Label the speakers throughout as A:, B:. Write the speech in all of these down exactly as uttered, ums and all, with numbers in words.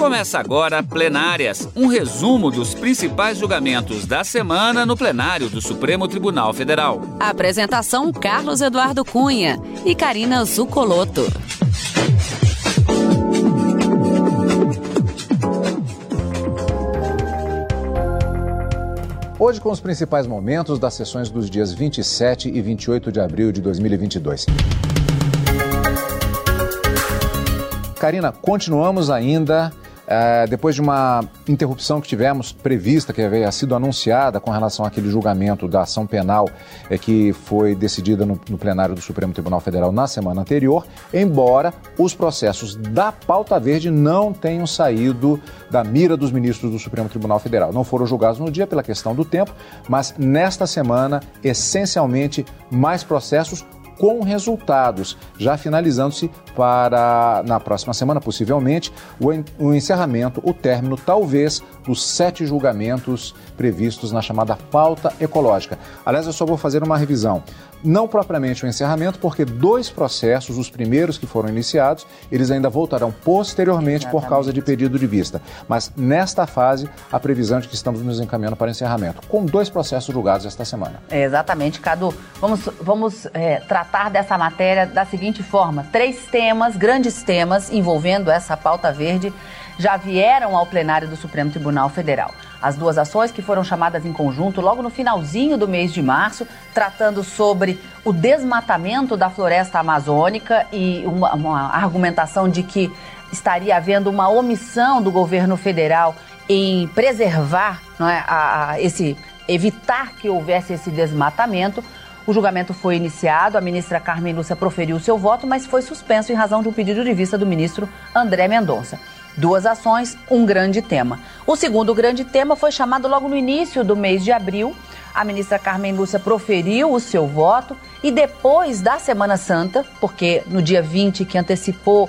A: Começa agora Plenárias, um resumo dos principais julgamentos da semana no plenário do Supremo Tribunal Federal.
B: Apresentação Carlos Eduardo Cunha e Karina Zucolotto.
C: Hoje com os principais momentos das sessões dos dias vinte e sete e vinte e oito de abril de dois mil e vinte e dois. Karina, continuamos ainda, é, depois de uma interrupção que tivemos prevista, que havia sido anunciada com relação àquele julgamento da ação penal é, que foi decidida no, no plenário do Supremo Tribunal Federal na semana anterior, embora os processos da pauta verde não tenham saído da mira dos ministros do Supremo Tribunal Federal. Não foram julgados no dia pela questão do tempo, mas nesta semana, essencialmente, mais processos com resultados, já finalizando-se para, na próxima semana, possivelmente, o, o encerramento, o término, talvez, dos sete julgamentos previstos na chamada pauta ecológica. Aliás, eu só vou fazer uma revisão. Não propriamente o encerramento, porque dois processos, os primeiros que foram iniciados, eles ainda voltarão posteriormente Exatamente. Por causa de pedido de vista. Mas, nesta fase, a previsão de que estamos nos encaminhando para encerramento, com dois processos julgados esta semana.
D: É, exatamente, Cadu. Vamos, vamos é, tratar dessa matéria da seguinte forma. Três temas, grandes temas, envolvendo essa pauta verde, já vieram ao plenário do Supremo Tribunal Federal. As duas ações que foram chamadas em conjunto logo no finalzinho do mês de março, tratando sobre o desmatamento da floresta amazônica e uma, uma argumentação de que estaria havendo uma omissão do governo federal em preservar, não é, a, a, esse, evitar que houvesse esse desmatamento. O julgamento foi iniciado, a ministra Carmen Lúcia proferiu seu voto, mas foi suspenso em razão de um pedido de vista do ministro André Mendonça. Duas ações, um grande tema. O segundo grande tema foi chamado logo no início do mês de abril. A ministra Carmen Lúcia proferiu o seu voto e depois da Semana Santa, porque no dia vinte, que antecipou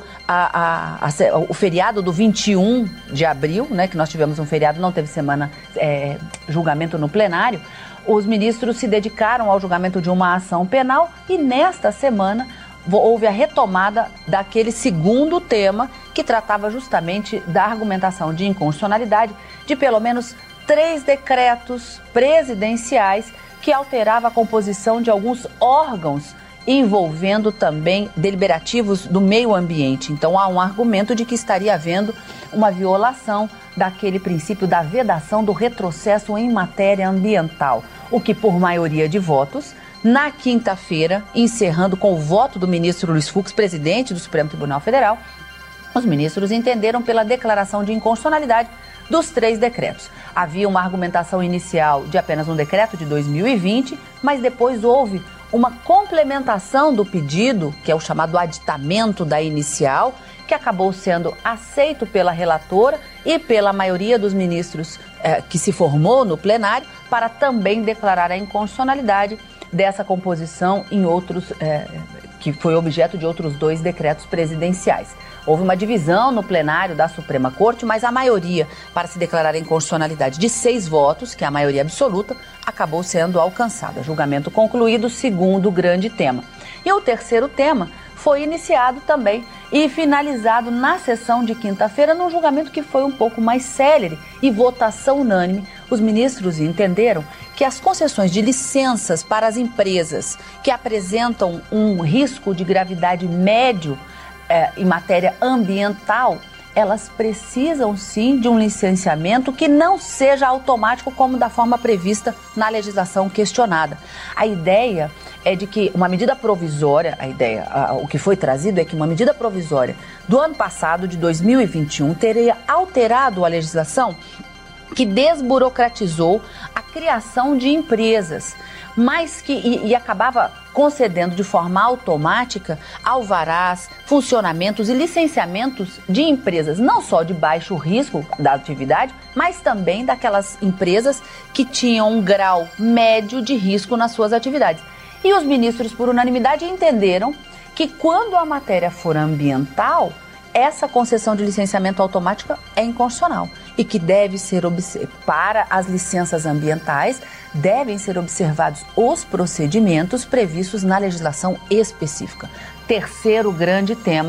D: a, a, a, o feriado do vinte e um de abril, né, que nós tivemos um feriado, não teve semana, é, julgamento no plenário, os ministros se dedicaram ao julgamento de uma ação penal e nesta semana houve a retomada daquele segundo tema que tratava justamente da argumentação de inconstitucionalidade de pelo menos três decretos presidenciais que alterava a composição de alguns órgãos envolvendo também deliberativos do meio ambiente. Então há um argumento de que estaria havendo uma violação daquele princípio da vedação do retrocesso em matéria ambiental, o que por maioria de votos, na quinta-feira, encerrando com o voto do ministro Luiz Fux, presidente do Supremo Tribunal Federal, os ministros entenderam pela declaração de inconstitucionalidade dos três decretos. Havia uma argumentação inicial de apenas um decreto de dois mil e vinte, mas depois houve uma complementação do pedido, que é o chamado aditamento da inicial, que acabou sendo aceito pela relatora e pela maioria dos ministros eh, que se formou no plenário, para também declarar a inconstitucionalidade dessa composição em outros, eh, que foi objeto de outros dois decretos presidenciais. Houve uma divisão no plenário da Suprema Corte, mas a maioria para se declarar a inconstitucionalidade de seis votos, que é a maioria absoluta, acabou sendo alcançada. Julgamento concluído, segundo grande tema. E o terceiro tema foi iniciado também e finalizado na sessão de quinta-feira, num julgamento que foi um pouco mais célere e votação unânime. Os ministros entenderam que as concessões de licenças para as empresas que apresentam um risco de gravidade médio eh, em matéria ambiental, elas precisam sim de um licenciamento que não seja automático como da forma prevista na legislação questionada. A ideia é de que uma medida provisória, a ideia, a, o que foi trazido é que uma medida provisória do ano passado, de dois mil e vinte e um, teria alterado a legislação que desburocratizou a criação de empresas, mas que e, e acabava concedendo de forma automática alvarás, funcionamentos e licenciamentos de empresas, não só de baixo risco da atividade, mas também daquelas empresas que tinham um grau médio de risco nas suas atividades. E os ministros, por unanimidade, entenderam que quando a matéria for ambiental, essa concessão de licenciamento automática é inconstitucional e que deve ser para as licenças ambientais devem ser observados os procedimentos previstos na legislação específica. Terceiro grande tema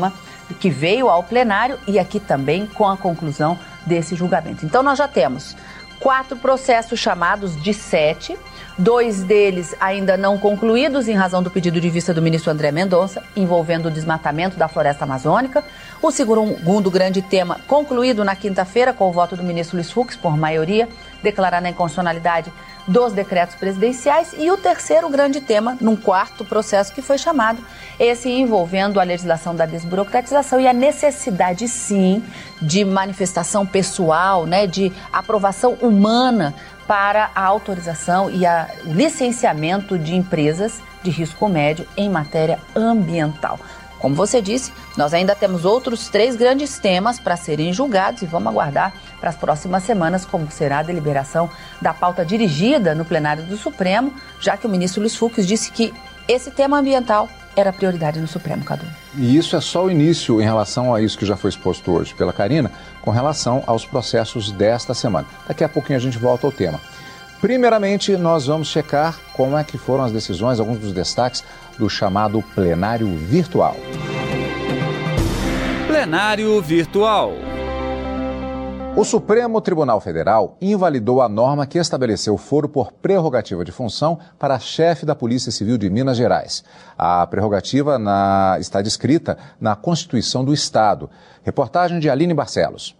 D: que veio ao plenário e aqui também com a conclusão desse julgamento. Então nós já temos quatro processos chamados de sete, dois deles ainda não concluídos em razão do pedido de vista do ministro André Mendonça, envolvendo o desmatamento da floresta amazônica. O segundo grande tema concluído na quinta-feira com o voto do ministro Luiz Fux, por maioria, declarando a inconstitucionalidade dos decretos presidenciais. E o terceiro grande tema, num quarto processo que foi chamado, esse envolvendo a legislação da desburocratização e a necessidade, sim, de manifestação pessoal, né, de aprovação humana para a autorização e a, o licenciamento de empresas de risco médio em matéria ambiental. Como você disse, nós ainda temos outros três grandes temas para serem julgados e vamos aguardar para as próximas semanas como será a deliberação da pauta dirigida no plenário do Supremo, já que o ministro Luiz Fux disse que esse tema ambiental era prioridade no Supremo, Cadu.
C: E isso é só o início em relação a isso que já foi exposto hoje pela Karina, com relação aos processos desta semana. Daqui a pouquinho a gente volta ao tema. Primeiramente, nós vamos checar como é que foram as decisões, alguns dos destaques do chamado plenário virtual.
A: Plenário virtual.
C: O Supremo Tribunal Federal invalidou a norma que estabeleceu foro por prerrogativa de função para a chefe da Polícia Civil de Minas Gerais. A prerrogativa na, está descrita na Constituição do Estado. Reportagem de Aline Barcelos.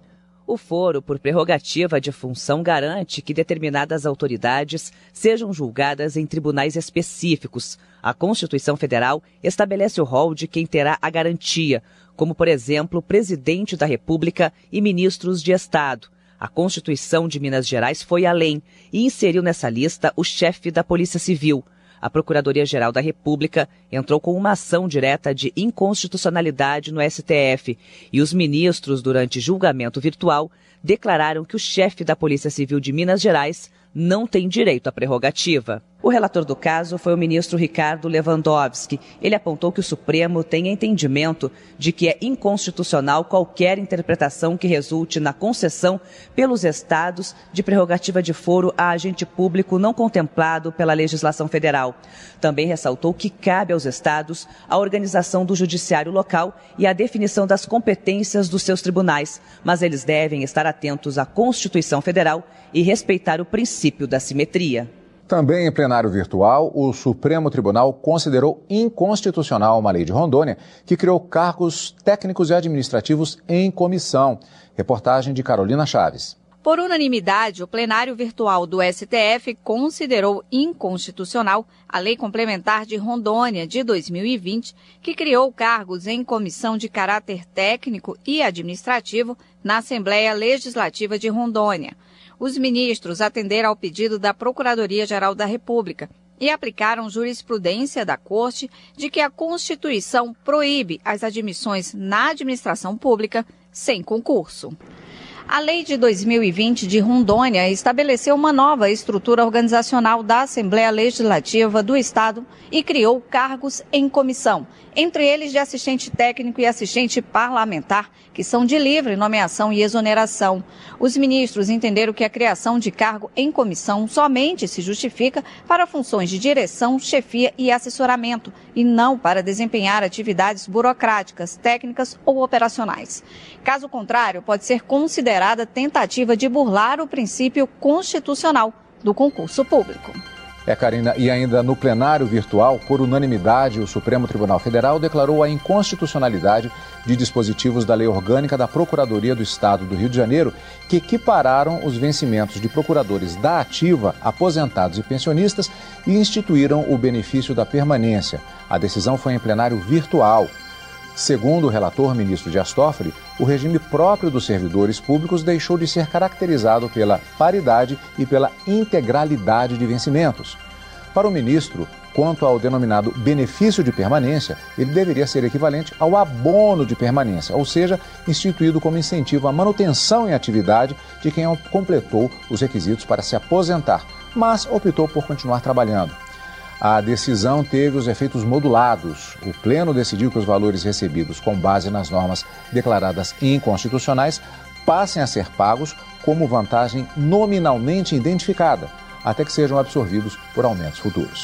E: O foro por prerrogativa de função garante que determinadas autoridades sejam julgadas em tribunais específicos. A Constituição Federal estabelece o rol de quem terá a garantia, como, por exemplo, o presidente da República e ministros de Estado. A Constituição de Minas Gerais foi além e inseriu nessa lista o chefe da Polícia Civil. A Procuradoria-Geral da República entrou com uma ação direta de inconstitucionalidade no S T F e os ministros, durante julgamento virtual, declararam que o chefe da Polícia Civil de Minas Gerais não tem direito à prerrogativa. O relator do caso foi o ministro Ricardo Lewandowski. Ele apontou que o Supremo tem entendimento de que é inconstitucional qualquer interpretação que resulte na concessão pelos estados de prerrogativa de foro a agente público não contemplado pela legislação federal. Também ressaltou que cabe aos estados a organização do judiciário local e a definição das competências dos seus tribunais, mas eles devem estar atentos à Constituição Federal e respeitar o princípio da simetria.
C: Também em plenário virtual, o Supremo Tribunal considerou inconstitucional uma lei de Rondônia que criou cargos técnicos e administrativos em comissão. Reportagem de Carolina Chaves.
F: Por unanimidade, o plenário virtual do S T F considerou inconstitucional a Lei Complementar de Rondônia de dois mil e vinte, que criou cargos em comissão de caráter técnico e administrativo na Assembleia Legislativa de Rondônia. Os ministros atenderam ao pedido da Procuradoria-Geral da República e aplicaram jurisprudência da Corte de que a Constituição proíbe as admissões na administração pública sem concurso. A Lei de dois mil e vinte de Rondônia estabeleceu uma nova estrutura organizacional da Assembleia Legislativa do Estado e criou cargos em comissão, entre eles de assistente técnico e assistente parlamentar, que são de livre nomeação e exoneração. Os ministros entenderam que a criação de cargo em comissão somente se justifica para funções de direção, chefia e assessoramento, e não para desempenhar atividades burocráticas, técnicas ou operacionais. Caso contrário, pode ser considerada tentativa de burlar o princípio constitucional do concurso público.
C: É, Karina, e ainda no plenário virtual, por unanimidade, o Supremo Tribunal Federal declarou a inconstitucionalidade de dispositivos da Lei Orgânica da Procuradoria do Estado do Rio de Janeiro, que equipararam os vencimentos de procuradores da ativa, aposentados e pensionistas e instituíram o benefício da permanência. A decisão foi em plenário virtual. Segundo o relator ministro Dias Toffoli, o regime próprio dos servidores públicos deixou de ser caracterizado pela paridade e pela integralidade de vencimentos. Para o ministro, quanto ao denominado benefício de permanência, ele deveria ser equivalente ao abono de permanência, ou seja, instituído como incentivo à manutenção em atividade de quem completou os requisitos para se aposentar, mas optou por continuar trabalhando. A decisão teve os efeitos modulados. O Pleno decidiu que os valores recebidos com base nas normas declaradas inconstitucionais passem a ser pagos como vantagem nominalmente identificada, até que sejam absorvidos por aumentos futuros.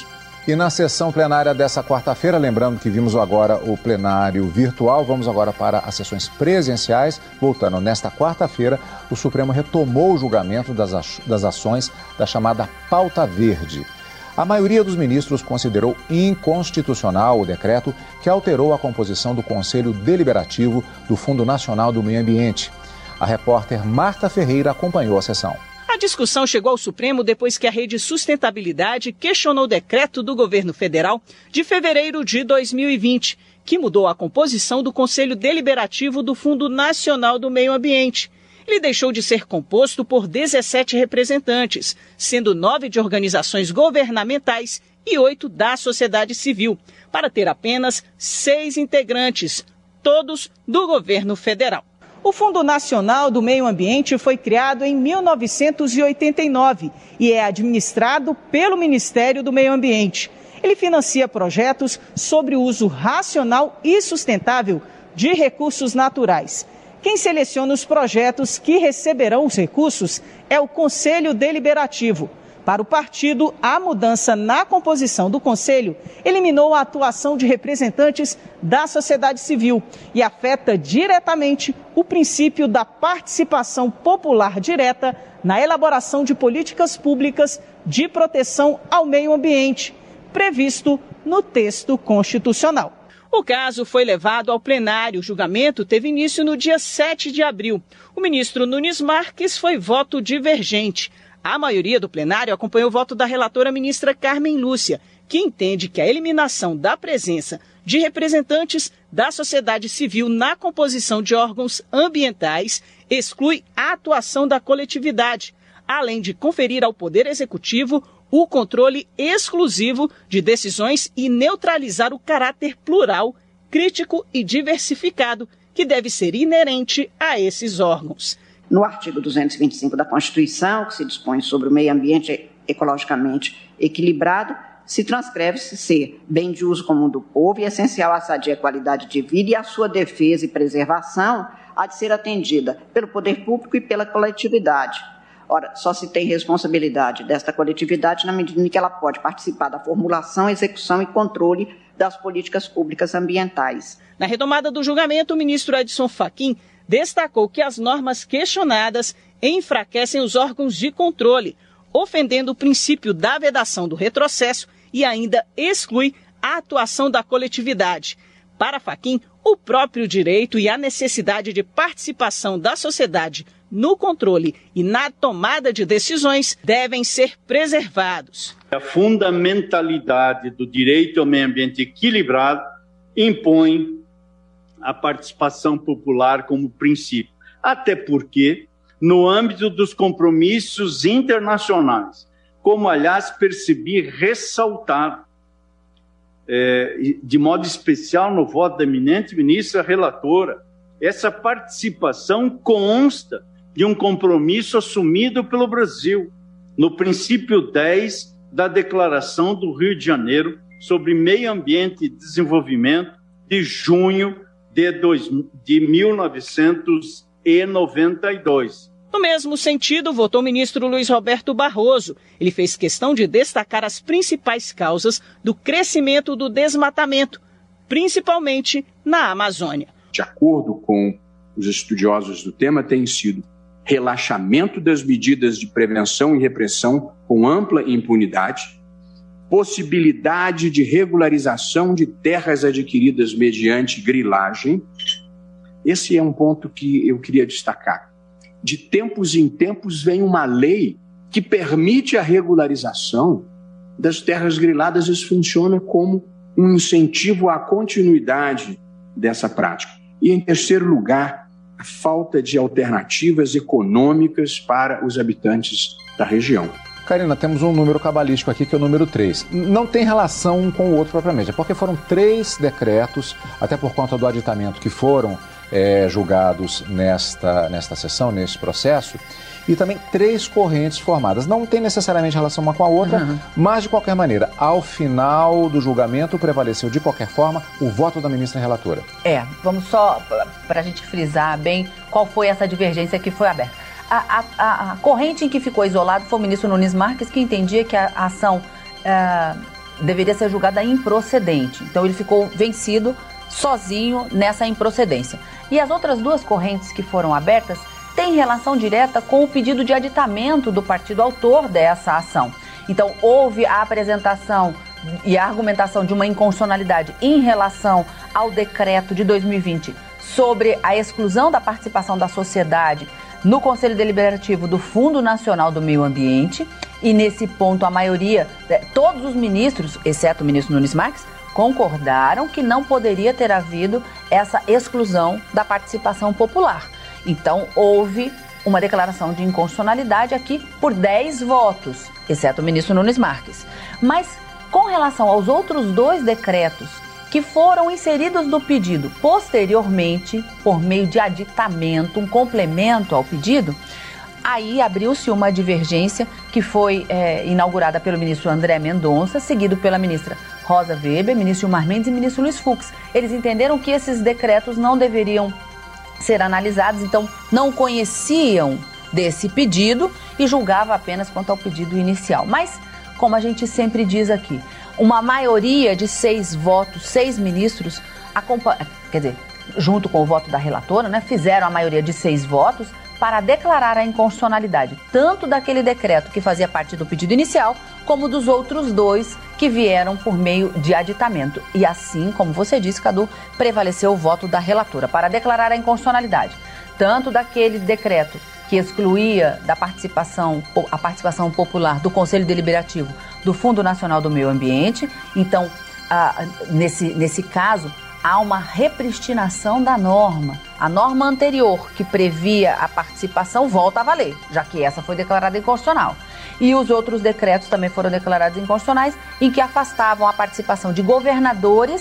C: E na sessão plenária dessa quarta-feira, lembrando que vimos agora o plenário virtual, vamos agora para as sessões presenciais. Voltando, nesta quarta-feira, o Supremo retomou o julgamento das, das ações da chamada Pauta Verde. A maioria dos ministros considerou inconstitucional o decreto que alterou a composição do Conselho Deliberativo do Fundo Nacional do Meio Ambiente. A repórter Marta Ferreira acompanhou a sessão.
G: A discussão chegou ao Supremo depois que a Rede Sustentabilidade questionou o decreto do governo federal de fevereiro de dois mil e vinte, que mudou a composição do Conselho Deliberativo do Fundo Nacional do Meio Ambiente. Ele deixou de ser composto por dezessete representantes, sendo nove de organizações governamentais e oito da sociedade civil, para ter apenas seis integrantes, todos do governo federal. O Fundo Nacional do Meio Ambiente foi criado em mil novecentos e oitenta e nove e é administrado pelo Ministério do Meio Ambiente. Ele financia projetos sobre o uso racional e sustentável de recursos naturais. Quem seleciona os projetos que receberão os recursos é o Conselho Deliberativo. Para o partido, a mudança na composição do Conselho eliminou a atuação de representantes da sociedade civil e afeta diretamente o princípio da participação popular direta na elaboração de políticas públicas de proteção ao meio ambiente, previsto no texto constitucional. O caso foi levado ao plenário. O julgamento teve início no dia sete de abril. O ministro Nunes Marques foi voto divergente. A maioria do plenário acompanhou o voto da relatora ministra Carmen Lúcia, que entende que a eliminação da presença de representantes da sociedade civil na composição de órgãos ambientais exclui a atuação da coletividade, além de conferir ao Poder Executivo o controle exclusivo de decisões e neutralizar o caráter plural, crítico e diversificado que deve ser inerente a esses órgãos.
H: No artigo duzentos e vinte e cinco da Constituição, que se dispõe sobre o meio ambiente ecologicamente equilibrado, se transcreve-se ser bem de uso comum do povo e essencial à sadia qualidade de vida, e a sua defesa e preservação há de ser atendida pelo poder público e pela coletividade. Ora, só se tem responsabilidade desta coletividade na medida em que ela pode participar da formulação, execução e controle das políticas públicas ambientais.
G: Na retomada do julgamento, o ministro Edson Fachin destacou que as normas questionadas enfraquecem os órgãos de controle, ofendendo o princípio da vedação do retrocesso e ainda exclui a atuação da coletividade. Para Fachin, o próprio direito e a necessidade de participação da sociedade no controle e na tomada de decisões devem ser preservados.
I: A fundamentalidade do direito ao meio ambiente equilibrado impõe a participação popular como princípio, até porque, no âmbito dos compromissos internacionais, como, aliás, percebi ressaltado, é, de modo especial no voto da eminente ministra relatora, essa participação consta de um compromisso assumido pelo Brasil, no princípio dez da Declaração do Rio de Janeiro sobre Meio Ambiente e Desenvolvimento, de junho de, dois, de mil novecentos e noventa e dois.
G: No mesmo sentido, votou o ministro Luiz Roberto Barroso. Ele fez questão de destacar as principais causas do crescimento do desmatamento, principalmente na Amazônia.
J: De acordo com os estudiosos do tema, tem sido relaxamento das medidas de prevenção e repressão com ampla impunidade, possibilidade de regularização de terras adquiridas mediante grilagem. Esse é um ponto que eu queria destacar. De tempos em tempos vem uma lei que permite a regularização das terras griladas. Isso funciona como um incentivo à continuidade dessa prática. E, em terceiro lugar, a falta de alternativas econômicas para os habitantes da região.
C: Karina, temos um número cabalístico aqui, que é o número três. Não tem relação um com o outro propriamente, é porque foram três decretos, até por conta do aditamento, que foram é, julgados nesta, nesta sessão, neste processo, e também três correntes formadas. Não tem necessariamente relação uma com a outra, uhum. mas, de qualquer maneira, ao final do julgamento, prevaleceu, de qualquer forma, o voto da ministra relatora.
D: É, vamos só, para a gente frisar bem, qual foi essa divergência que foi aberta. A, a, a corrente em que ficou isolado foi o ministro Nunes Marques, que entendia que a ação uh, deveria ser julgada improcedente. Então ele ficou vencido sozinho nessa improcedência. E as outras duas correntes que foram abertas têm relação direta com o pedido de aditamento do partido autor dessa ação. Então houve a apresentação e a argumentação de uma inconstitucionalidade em relação ao decreto de dois mil e vinte sobre a exclusão da participação da sociedade no Conselho Deliberativo do Fundo Nacional do Meio Ambiente, e nesse ponto a maioria, todos os ministros, exceto o ministro Nunes Marques, concordaram que não poderia ter havido essa exclusão da participação popular. Então houve uma declaração de inconstitucionalidade aqui por dez votos, exceto o ministro Nunes Marques. Mas com relação aos outros dois decretos que foram inseridos no pedido posteriormente, por meio de aditamento, um complemento ao pedido, aí abriu-se uma divergência que foi é, inaugurada pelo ministro André Mendonça, seguido pela ministra Rosa Weber, ministro Gilmar Mendes e ministro Luiz Fux. Eles entenderam que esses decretos não deveriam ser analisados, então não conheciam desse pedido e julgava apenas quanto ao pedido inicial. Mas, como a gente sempre diz aqui, uma maioria de seis votos, seis ministros, quer dizer, junto com o voto da relatora, né, fizeram a maioria de seis votos para declarar a inconstitucionalidade, tanto daquele decreto que fazia parte do pedido inicial, como dos outros dois que vieram por meio de aditamento. E assim, como você disse, Cadu, prevaleceu o voto da relatora para declarar a inconstitucionalidade, tanto daquele decreto que excluía da participação, a participação popular do Conselho Deliberativo do Fundo Nacional do Meio Ambiente. Então, ah, nesse, nesse caso, há uma repristinação da norma. A norma anterior, que previa a participação, volta a valer, já que essa foi declarada inconstitucional. E os outros decretos também foram declarados inconstitucionais, em que afastavam a participação de governadores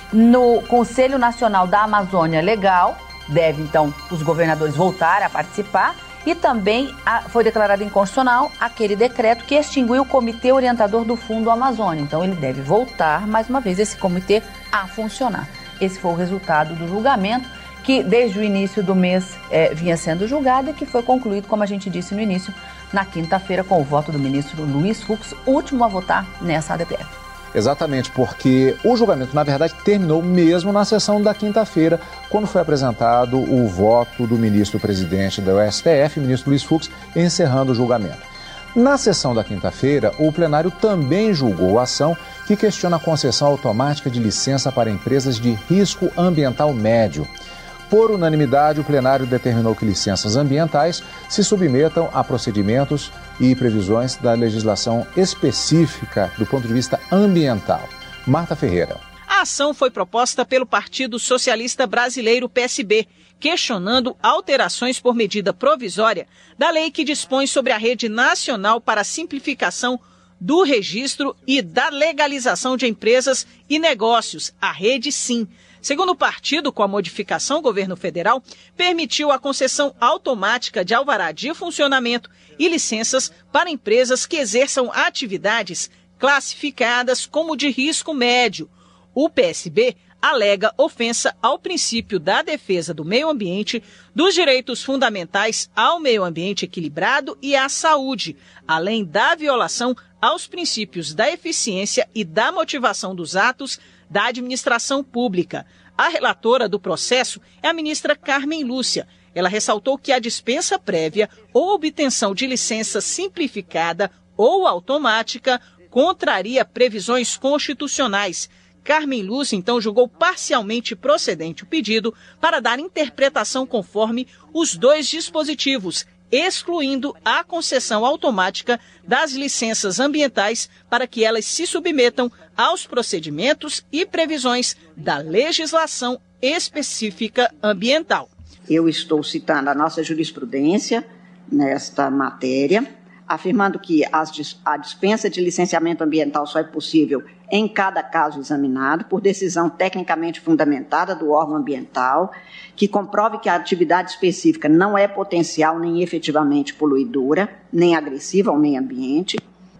D: no Conselho Nacional da Amazônia Legal. Deve, então, os governadores voltarem a participar. E também a, foi declarado inconstitucional aquele decreto que extinguiu o Comitê Orientador do Fundo Amazônia. Então ele deve voltar, mais uma vez, esse comitê a funcionar. Esse foi o resultado do julgamento, que desde o início do mês é, vinha sendo julgado e que foi concluído, como a gente disse no início, na quinta-feira, com o voto do ministro Luiz Fux, último a votar nessa A D P F.
C: Exatamente, porque o julgamento, na verdade, terminou mesmo na sessão da quinta-feira, quando foi apresentado o voto do ministro-presidente do S T F, ministro Luiz Fux, encerrando o julgamento. Na sessão da quinta-feira, o plenário também julgou a ação que questiona a concessão automática de licença para empresas de risco ambiental médio. Por unanimidade, o plenário determinou que licenças ambientais se submetam a procedimentos e previsões da legislação específica do ponto de vista ambiental. Marta Ferreira.
G: A ação foi proposta pelo Partido Socialista Brasileiro, P S B, questionando alterações por medida provisória da lei que dispõe sobre a Rede Nacional para a Simplificação do Registro e da Legalização de Empresas e Negócios, a Rede Sim. Segundo o partido, com a modificação, o governo federal permitiu a concessão automática de alvará de funcionamento e licenças para empresas que exerçam atividades classificadas como de risco médio. O P S B alega ofensa ao princípio da defesa do meio ambiente, dos direitos fundamentais ao meio ambiente equilibrado e à saúde, além da violação aos princípios da eficiência e da motivação dos atos da administração pública. A relatora do processo é a ministra Carmen Lúcia. Ela ressaltou que a dispensa prévia ou obtenção de licença simplificada ou automática contraria previsões constitucionais. Carmen Lúcia, então, julgou parcialmente procedente o pedido para dar interpretação conforme os dois dispositivos, excluindo a concessão automática das licenças ambientais para que elas se submetam aos procedimentos e previsões da legislação específica ambiental.
H: Eu estou citando a nossa jurisprudência nesta matéria, afirmando que as, a dispensa de licenciamento ambiental só é possível em cada caso examinado por decisão tecnicamente fundamentada do órgão ambiental, que comprove que a atividade específica não é potencial nem efetivamente poluidora, nem agressiva ao meio ambiente,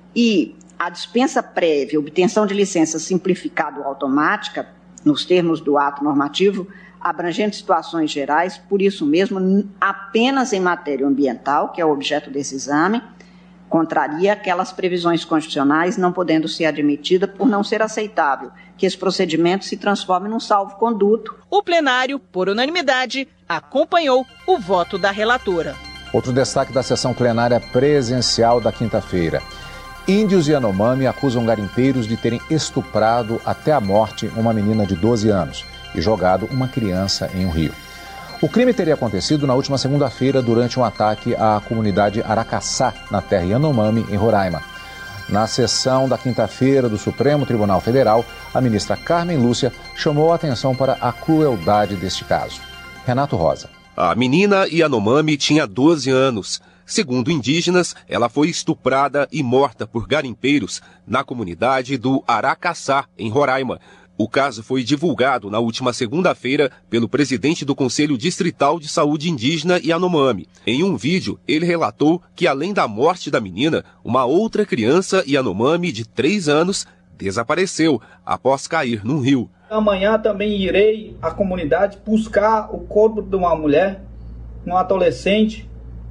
H: e a dispensa prévia, obtenção de licença simplificada ou automática, nos termos do ato normativo, abrangendo situações gerais, por isso mesmo, apenas em matéria ambiental, que é o objeto desse exame, contraria aquelas previsões constitucionais, não podendo ser admitida por não ser aceitável que esse procedimento se transforme num salvo-conduto.
G: O plenário, por unanimidade, acompanhou o voto da relatora.
C: Outro destaque da sessão plenária presencial da quinta-feira. Índios e Yanomami acusam garimpeiros de terem estuprado até a morte uma menina de doze anos e jogado uma criança em um rio. O crime teria acontecido na última segunda-feira durante um ataque à comunidade Aracaçá, na terra Yanomami, em Roraima. Na sessão da quinta-feira do Supremo Tribunal Federal, a ministra Carmen Lúcia chamou a atenção para a crueldade deste caso. Renato Rosa.
K: A menina Yanomami tinha doze anos. Segundo indígenas, ela foi estuprada e morta por garimpeiros na comunidade do Aracaçá, em Roraima. O caso foi divulgado na última segunda-feira pelo presidente do Conselho Distrital de Saúde Indígena Yanomami. Em um vídeo, ele relatou que, além da morte da menina, uma outra criança Yanomami de três anos desapareceu após cair num rio.
L: Amanhã também irei à comunidade buscar o corpo de uma mulher, um adolescente,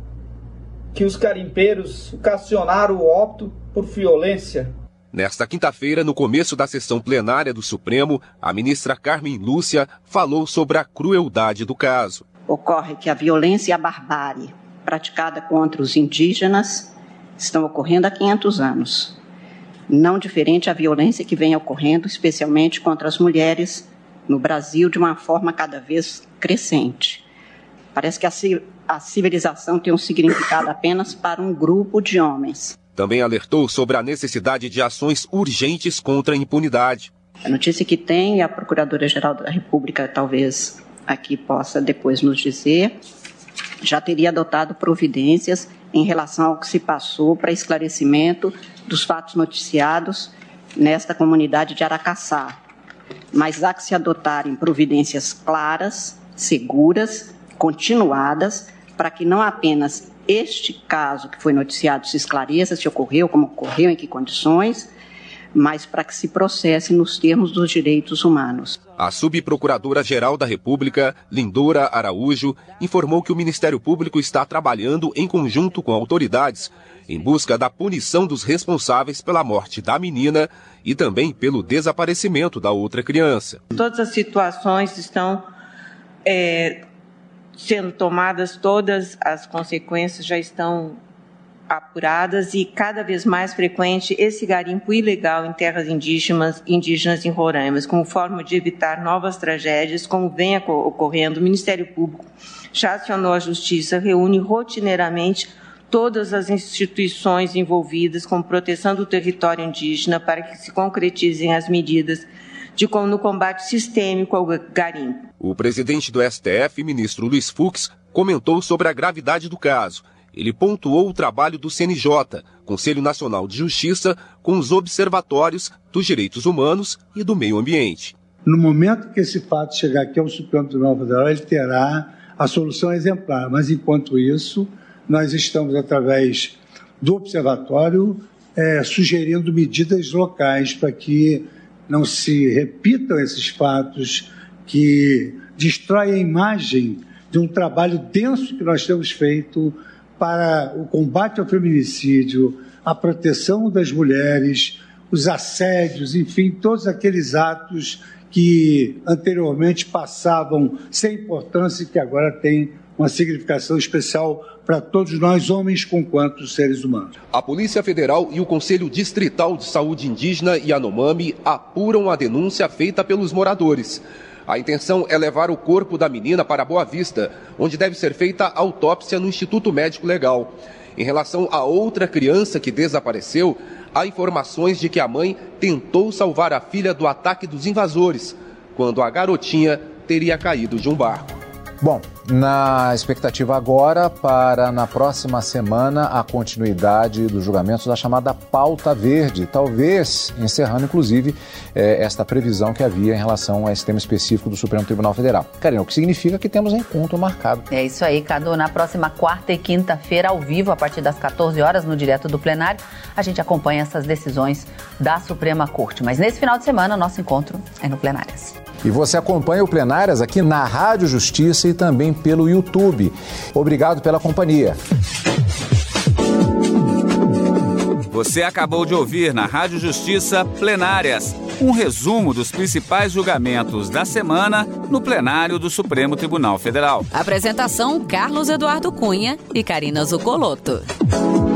L: que os garimpeiros ocasionaram o óbito por violência.
K: Nesta quinta-feira, no começo da sessão plenária do Supremo, a ministra Carmen Lúcia falou sobre a crueldade do caso.
H: Ocorre que a violência e a barbárie praticada contra os indígenas estão ocorrendo há quinhentos anos. Não diferente a violência que vem ocorrendo, especialmente contra as mulheres, no Brasil, de uma forma cada vez crescente. Parece que a civilização tem um significado apenas para um grupo de homens.
K: Também alertou sobre a necessidade de ações urgentes contra a impunidade.
H: A notícia que tem, a Procuradora-Geral da República talvez aqui possa depois nos dizer, já teria adotado providências em relação ao que se passou para esclarecimento dos fatos noticiados nesta comunidade de Aracaçá. Mas há que se adotarem providências claras, seguras, continuadas, para que não apenas este caso que foi noticiado se esclareça, se ocorreu, como ocorreu, em que condições, mas para que se processe nos termos dos direitos humanos.
K: A subprocuradora-geral da República, Lindora Araújo, informou que o Ministério Público está trabalhando em conjunto com autoridades em busca da punição dos responsáveis pela morte da menina e também pelo desaparecimento da outra criança.
M: Todas as situações estão é, sendo tomadas, todas as consequências já estão apuradas e cada vez mais frequente esse garimpo ilegal em terras indígenas, indígenas em Roraima, como forma de evitar novas tragédias, como vem ocorrendo. O Ministério Público já acionou a Justiça, reúne rotineiramente todas as instituições envolvidas com proteção do território indígena para que se concretizem as medidas de, no combate sistêmico ao garimpo.
K: O presidente do S T F, ministro Luiz Fux, comentou sobre a gravidade do caso. Ele pontuou o trabalho do C N J, Conselho Nacional de Justiça, com os observatórios dos direitos humanos e do meio ambiente.
N: No momento que esse fato chegar aqui ao Supremo Tribunal Federal, ele terá a solução exemplar. Mas, enquanto isso, nós estamos, através do observatório, é, sugerindo medidas locais para que não se repitam esses fatos que destroem a imagem de um trabalho denso que nós temos feito para o combate ao feminicídio, a proteção das mulheres, os assédios, enfim, todos aqueles atos que anteriormente passavam sem importância e que agora têm uma significação especial para todos nós, homens conquanto seres humanos.
K: A Polícia Federal e o Conselho Distrital de Saúde Indígena Yanomami apuram a denúncia feita pelos moradores. A intenção é levar o corpo da menina para Boa Vista, onde deve ser feita a autópsia no Instituto Médico Legal. Em relação a outra criança que desapareceu, há informações de que a mãe tentou salvar a filha do ataque dos invasores, quando a garotinha teria caído de um barco.
C: Bom, na expectativa agora para, na próxima semana, a continuidade dos julgamentos da chamada pauta verde, talvez encerrando, inclusive, eh, esta previsão que havia em relação a esse tema específico do Supremo Tribunal Federal. Karina, o que significa que temos encontro marcado.
D: É isso aí, Cadu. Na próxima quarta e quinta-feira, ao vivo, a partir das quatorze horas, no Direto do Plenário, a gente acompanha essas decisões da Suprema Corte. Mas nesse final de semana, o nosso encontro é no Plenárias.
C: E você acompanha o Plenárias aqui na Rádio Justiça e também pelo YouTube. Obrigado pela companhia.
A: Você acabou de ouvir na Rádio Justiça Plenárias, um resumo dos principais julgamentos da semana no plenário do Supremo Tribunal Federal.
B: Apresentação: Carlos Eduardo Cunha e Karina Zucolotto.